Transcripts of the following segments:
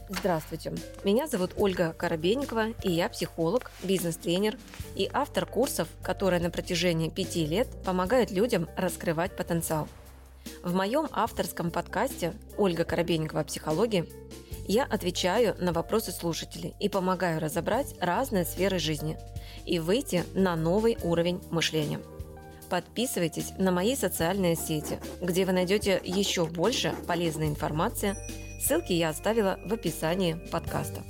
Здравствуйте, меня зовут Ольга Коробейникова, и я психолог, бизнес-тренер и автор курсов, которые на протяжении 5 лет помогают людям раскрывать потенциал. В моем авторском подкасте «Ольга Коробейникова о психологии» я отвечаю на вопросы слушателей и помогаю разобрать разные сферы жизни и выйти на новый уровень мышления. Подписывайтесь на мои социальные сети, где вы найдете еще больше полезной информации. Ссылки я оставила в описании подкаста.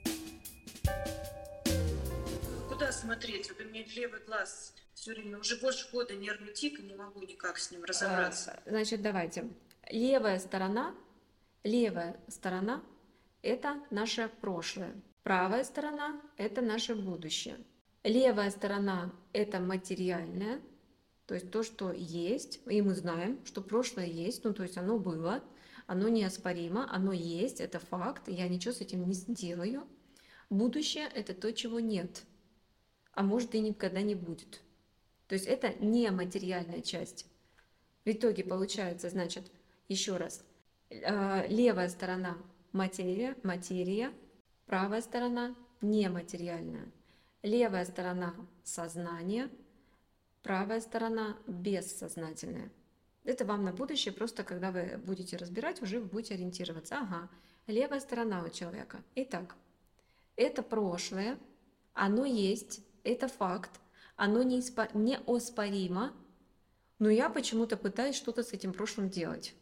Куда смотреть? Вот у меня левый глаз все время, уже больше года нервный тик, и не могу никак с ним разобраться. Значит, давайте. Левая сторона – это наше прошлое. Правая сторона – это наше будущее. Левая сторона – это материальное, то есть то, что есть, и мы знаем, что прошлое есть, то есть оно было, оно неоспоримо, оно есть, это факт, я ничего с этим не сделаю. Будущее – это то, чего нет, а может и никогда не будет. То есть это нематериальная часть. В итоге получается, значит, еще раз, левая сторона – материя, правая сторона – нематериальная. Левая сторона – сознание, правая сторона – бессознательная. Это вам на будущее, просто когда вы будете разбирать, уже вы будете ориентироваться. Ага, левая сторона у человека. Итак, это прошлое, оно есть, это факт, оно неоспоримо, но я почему-то пытаюсь что-то с этим прошлым делать.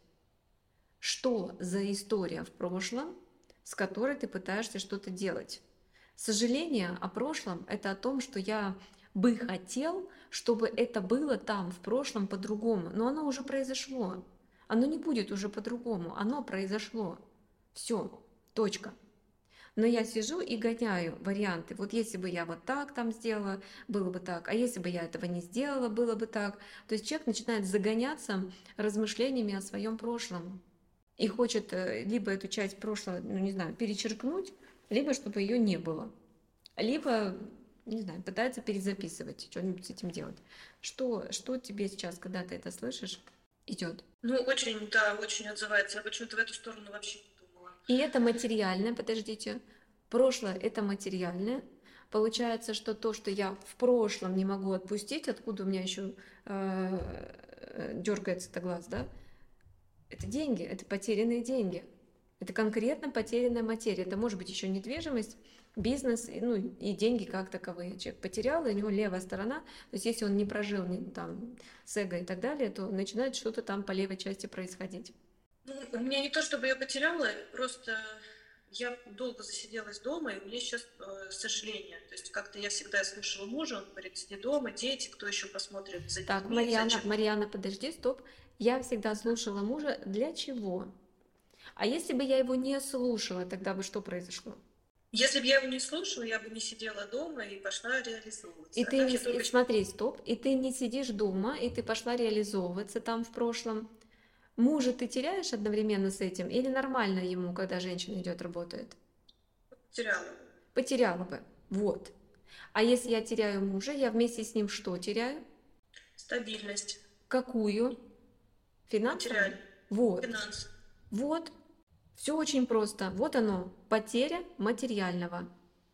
Что за история в прошлом, с которой ты пытаешься что-то делать? Сожаление о прошлом – это о том, что я бы хотел, чтобы это было там, в прошлом, по-другому. Но оно уже произошло. Оно не будет уже по-другому. Оно произошло. Все. Точка. Но я сижу и гоняю варианты. Вот если бы я вот так там сделала, было бы так. А если бы я этого не сделала, было бы так. То есть человек начинает загоняться размышлениями о своем прошлом. И хочет либо эту часть прошлого, перечеркнуть, либо чтобы ее не было. Либо пытается перезаписывать, что-нибудь с этим делать. Что тебе сейчас, когда ты это слышишь, идет? Очень отзывается. Я почему-то в эту сторону вообще не думала. И это материальное, подождите. Прошлое – это материальное. Получается, что то, что я в прошлом не могу отпустить, откуда у меня еще дергается глаз, да? Это деньги, это потерянные деньги. Это конкретно потерянная материя. Это может быть еще недвижимость, бизнес, и деньги как таковые. Человек потерял, и у него левая сторона. То есть если он не прожил с эго и так далее, то начинает что-то там по левой части происходить. У меня не то, чтобы я потеряла, просто я долго засиделась дома, и у меня сейчас сожаление. То есть как-то я всегда слушала мужа, он говорит, сиди дома, дети, кто еще посмотрит за детьми. Так, Марьяна, подожди, стоп. Я всегда слушала мужа. Для чего? А если бы я его не слушала, тогда бы что произошло? Если бы я его не слушала, я бы не сидела дома и пошла реализовываться. И смотри, стоп, и ты не сидишь дома, и ты пошла реализовываться там в прошлом. Мужа ты теряешь одновременно с этим, или нормально ему, когда женщина идет, работает? Теряла. Потеряла бы, вот. А если я теряю мужа, я вместе с ним что теряю? Стабильность. Какую? Финансовую? Вот. Финанс. Вот. Все очень просто. Вот оно, потеря материального.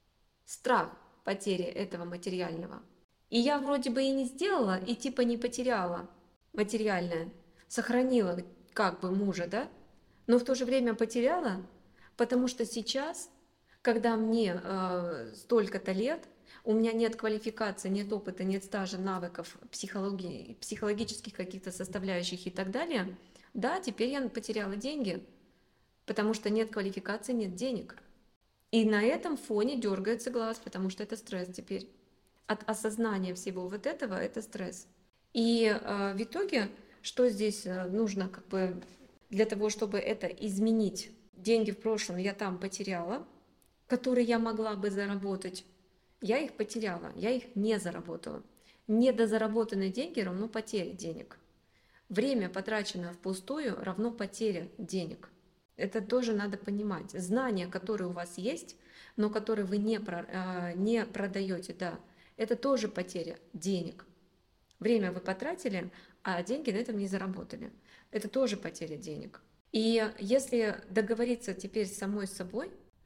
Страх потери этого материального. И я вроде бы и не сделала, и типа не потеряла материальное. Сохранила как бы мужа, да? Но в то же время потеряла, потому что сейчас, когда мне столько-то лет, у меня нет квалификации, нет опыта, нет стажа, навыков, психологических каких-то составляющих и так далее, да, теперь я потеряла деньги, потому что нет квалификации, нет денег. И на этом фоне дергается глаз, потому что это стресс теперь. От осознания всего вот этого это стресс. И в итоге, что здесь нужно для того, чтобы это изменить? Деньги в прошлом я там потеряла, которые я могла бы заработать. Я их потеряла, я их не заработала. Недозаработанные деньги равно потере денег. Время, потраченное впустую, равно потере денег. Это тоже надо понимать. Знания, которые у вас есть, но которые вы не продаете, да, это тоже потеря денег. Время вы потратили, а деньги на этом не заработали. Это тоже потеря денег. И если договориться теперь с самой собой,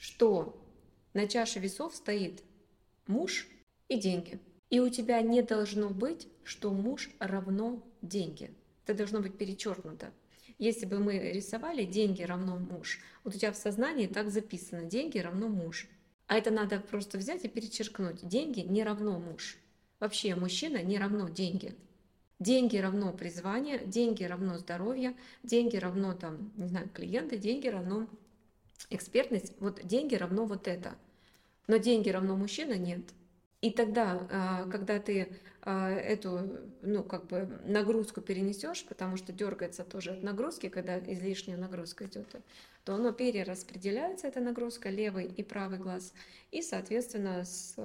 что на чаше весов стоит муж и деньги. И у тебя не должно быть, что муж равно деньги. Это должно быть перечеркнуто. Если бы мы рисовали деньги равно муж, вот у тебя в сознании так записано: деньги равно муж. А это надо просто взять и перечеркнуть. Деньги не равно муж. Вообще мужчина не равно деньги. Деньги равно призвание, деньги равно здоровье, деньги равно там, не знаю, клиенты, деньги равно экспертность. Вот деньги равно вот это. Но деньги равно мужчина нет. И тогда, когда ты эту, ну, как бы нагрузку перенесешь, потому что дергается тоже от нагрузки, когда излишняя нагрузка идет, то оно перераспределяется, эта нагрузка, левый и правый глаз, и, соответственно,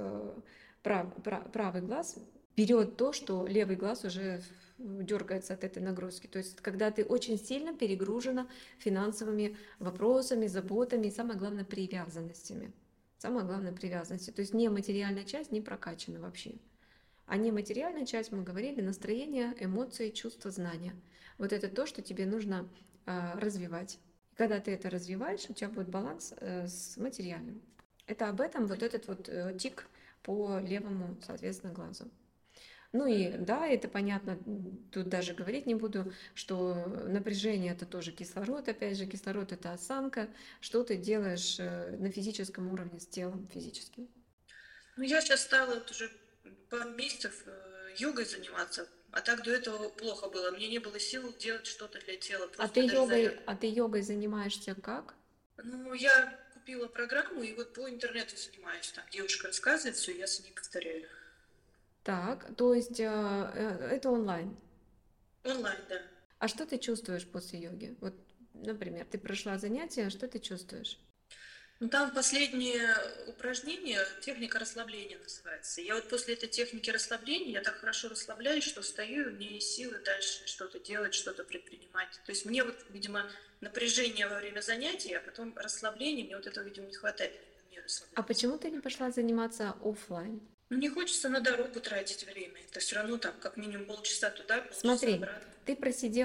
правый глаз берет то, что левый глаз уже дергается от этой нагрузки. То есть, когда ты очень сильно перегружена финансовыми вопросами, заботами и, самое главное, привязанностями. Самое главное — привязанности. То есть нематериальная часть не прокачана вообще. А нематериальная часть, мы говорили, настроение, эмоции, чувства, знания. Вот это то, что тебе нужно развивать. И когда ты это развиваешь, у тебя будет баланс с материальным. Это об этом вот этот вот тик по левому, соответственно, глазу. Ну и да, это понятно, тут даже говорить не буду, что напряжение — это тоже кислород, опять же, кислород — это осанка, что ты делаешь на физическом уровне с телом физическим. Ну, я сейчас стала вот уже пару месяцев йогой заниматься, а так до этого плохо было. Мне не было сил делать что-то для тела, А просто даже заряд. ты йогой занимаешься как? Ну, я купила программу и вот по интернету занимаюсь. Там девушка рассказывает все, я с ней повторяю. Так, то есть это онлайн. Онлайн, да. А что ты чувствуешь после йоги? Вот, например, ты прошла занятие, что ты чувствуешь? Ну, там последнее упражнение, техника расслабления называется. Я вот после этой техники расслабления, я так хорошо расслабляюсь, что встаю, и у меня есть силы дальше что-то делать, что-то предпринимать. То есть мне вот, видимо, напряжение во время занятий, а потом расслабление, мне вот этого, видимо, не хватает. Мне А расслабляться. почему ты не пошла заниматься оффлайн? Ну, не хочется на дорогу тратить время. Это все равно там как минимум полчаса туда, полчаса Смотри, обратно. ты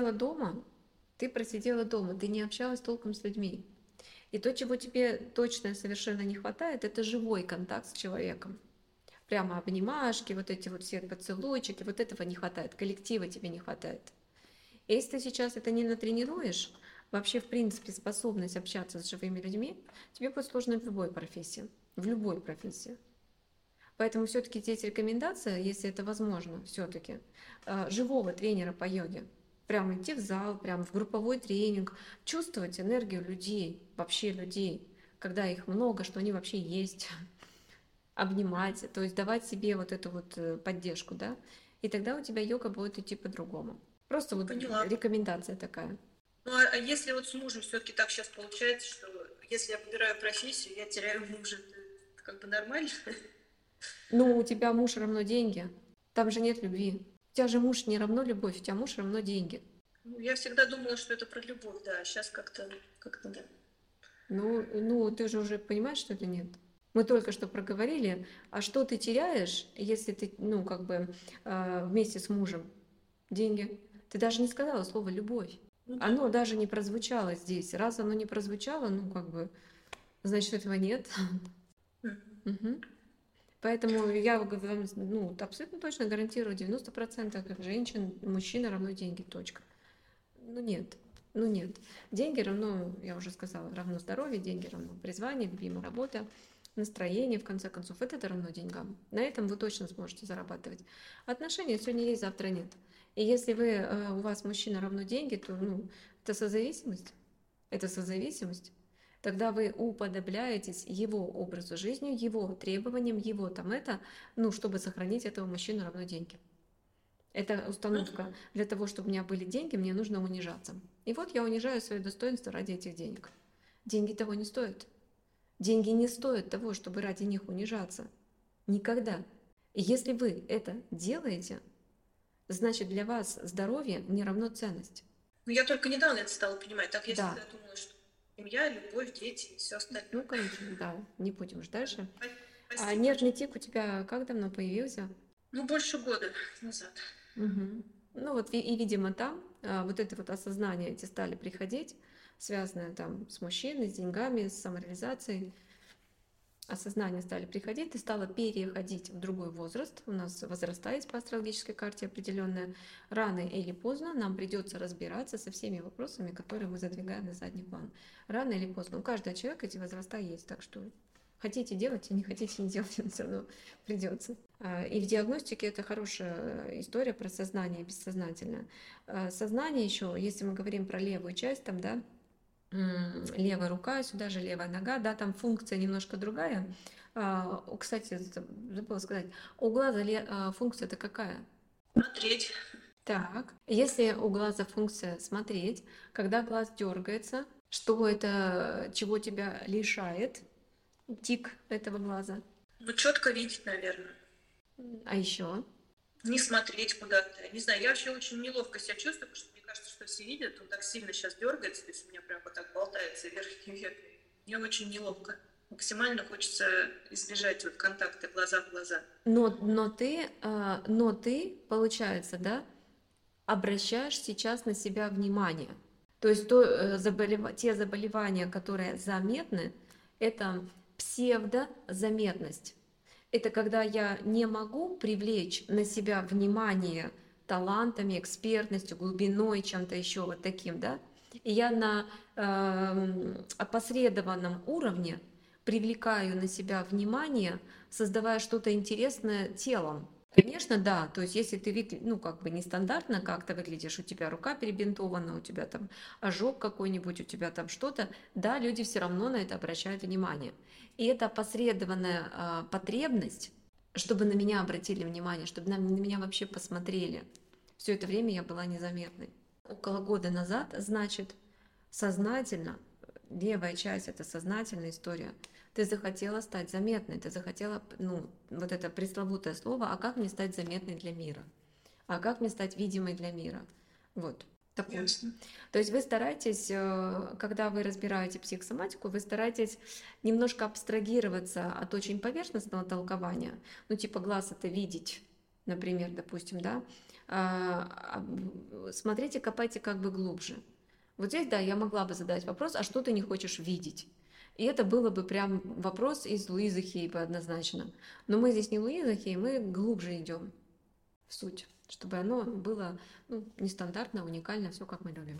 просидела дома, ты не общалась толком с людьми. И то, чего тебе точно совершенно не хватает, это живой контакт с человеком. Прямо обнимашки, вот эти вот все поцелуйчики, вот этого не хватает, коллектива тебе не хватает. И если ты сейчас это не натренируешь, вообще в принципе способность общаться с живыми людьми, тебе будет сложно в любой профессии. В любой профессии. Поэтому все-таки здесь рекомендация, если это возможно, все-таки живого тренера по йоге. Прям идти в зал, прям в групповой тренинг, чувствовать энергию людей, вообще людей, когда их много, что они вообще есть, обнимать, то есть давать себе вот эту вот поддержку, да, и тогда у тебя йога будет идти по-другому. Просто вот Поняла. рекомендация такая. Ну, а если вот с мужем все-таки так сейчас получается, что если я выбираю профессию, я теряю мужа, это как бы нормально? Ну, у тебя муж равно деньги, там же нет любви. У тебя же муж не равно любовь, у тебя муж равно деньги. Ну, я всегда думала, что это про любовь, да, а сейчас как-то да. Ну, ты же уже понимаешь, что это нет. Мы только что проговорили, а что ты теряешь, если ты, ну, как бы вместе с мужем? Деньги. Ты даже не сказала слово «любовь». Ну да. Оно даже не прозвучало здесь. Раз оно не прозвучало, ну, как бы, значит, этого нет. Мгм. Поэтому я вам, ну, абсолютно точно гарантирую, 90% женщин, мужчина равно деньги, точка. Ну нет, ну нет. Деньги равно, я уже сказала, равно здоровье, деньги равно призвание, любимая работа, настроение, в конце концов, это равно деньгам. На этом вы точно сможете зарабатывать. Отношения сегодня есть, завтра нет. И если у вас мужчина равно деньги, то ну, это созависимость. Это созависимость. Тогда вы уподобляетесь его образу жизни, его требованиям, его там это, ну, чтобы сохранить этого мужчину равно деньги. Это установка. Для того, чтобы у меня были деньги, мне нужно унижаться. И вот я унижаю свое достоинство ради этих денег. Деньги того не стоят. Деньги не стоят того, чтобы ради них унижаться. Никогда. И если вы это делаете, значит для вас здоровье не равно ценность. Ну, я только недавно это стала понимать. Так я Да. всегда думала, что семья, любовь, дети и все остальное. Ну, конечно, да. Не будем уж дальше. А Спасибо. нервный тик у тебя как давно появился? Ну, больше года назад. Мгм. Ну вот и, видимо, там вот это вот осознание эти стали приходить, связанное там с мужчиной, с деньгами, с самореализацией. осознания стали приходить, ты стала переходить в другой возраст. У нас возраста есть по астрологической карте определенная. Рано или поздно нам придется разбираться со всеми вопросами, которые мы задвигаем на задний план. Рано или поздно. У каждого человека эти возраста есть, так что хотите делайте, не хотите не делайте, но все равно придется. И в диагностике это хорошая история про сознание бессознательное. Сознание еще, если мы говорим про левую часть, там, да, левая рука, сюда же левая нога, да, там функция немножко другая. Кстати, забыла сказать, у глаза функция-то какая? Смотреть. Так, если у глаза функция смотреть, когда глаз дергается, что это, чего тебя лишает, тик этого глаза? Ну, четко видеть, наверное. А еще? Не смотреть куда-то. Не знаю, я вообще очень неловко себя чувствую, потому что мне кажется, что все видят, он так сильно сейчас дергается, то есть у меня прям вот так болтается верхний век. Мне очень неловко. Максимально хочется избежать вот контакта глаза в глаза. Но ты, получается, да, обращаешь сейчас на себя внимание. То есть те заболевания, которые заметны, это псевдозаметность. Это когда я не могу привлечь на себя внимание талантами, экспертностью, глубиной, чем-то еще вот таким, да, и я на опосредованном уровне привлекаю на себя внимание, создавая что-то интересное телом. Конечно, да, то есть если ты ну, как бы нестандартно как-то выглядишь, у тебя рука перебинтована, у тебя там ожог какой-нибудь, у тебя там что-то, да, люди все равно на это обращают внимание. И это опосредованная потребность, чтобы на меня обратили внимание, чтобы на меня вообще посмотрели. Все это время я была незаметной. Около года назад, значит, сознательно, левая часть — это сознательная история, ты захотела стать заметной, ты захотела, ну, вот это пресловутое слово, а как мне стать заметной для мира? А как мне стать видимой для мира? Вот. Такой. То есть вы стараетесь, когда вы разбираете психосоматику, вы стараетесь немножко абстрагироваться от очень поверхностного толкования, ну типа глаз — это видеть, например, допустим, да, смотрите, копайте как бы глубже. Вот здесь, да, я могла бы задать вопрос, а что ты не хочешь видеть? И это было бы прям вопрос из Луизы Хей бы однозначно. Но мы здесь не Луиза Хей, мы глубже идем в суть, чтобы оно было, ну, нестандартно, уникально, все как мы любим.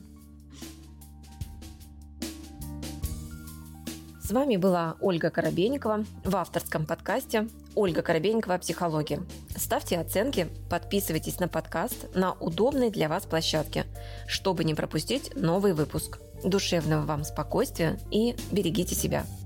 С вами была Ольга Коробейникова в авторском подкасте «Ольга Коробейникова. Психология». Ставьте оценки, подписывайтесь на подкаст на удобной для вас площадке, чтобы не пропустить новый выпуск. Душевного вам спокойствия и берегите себя.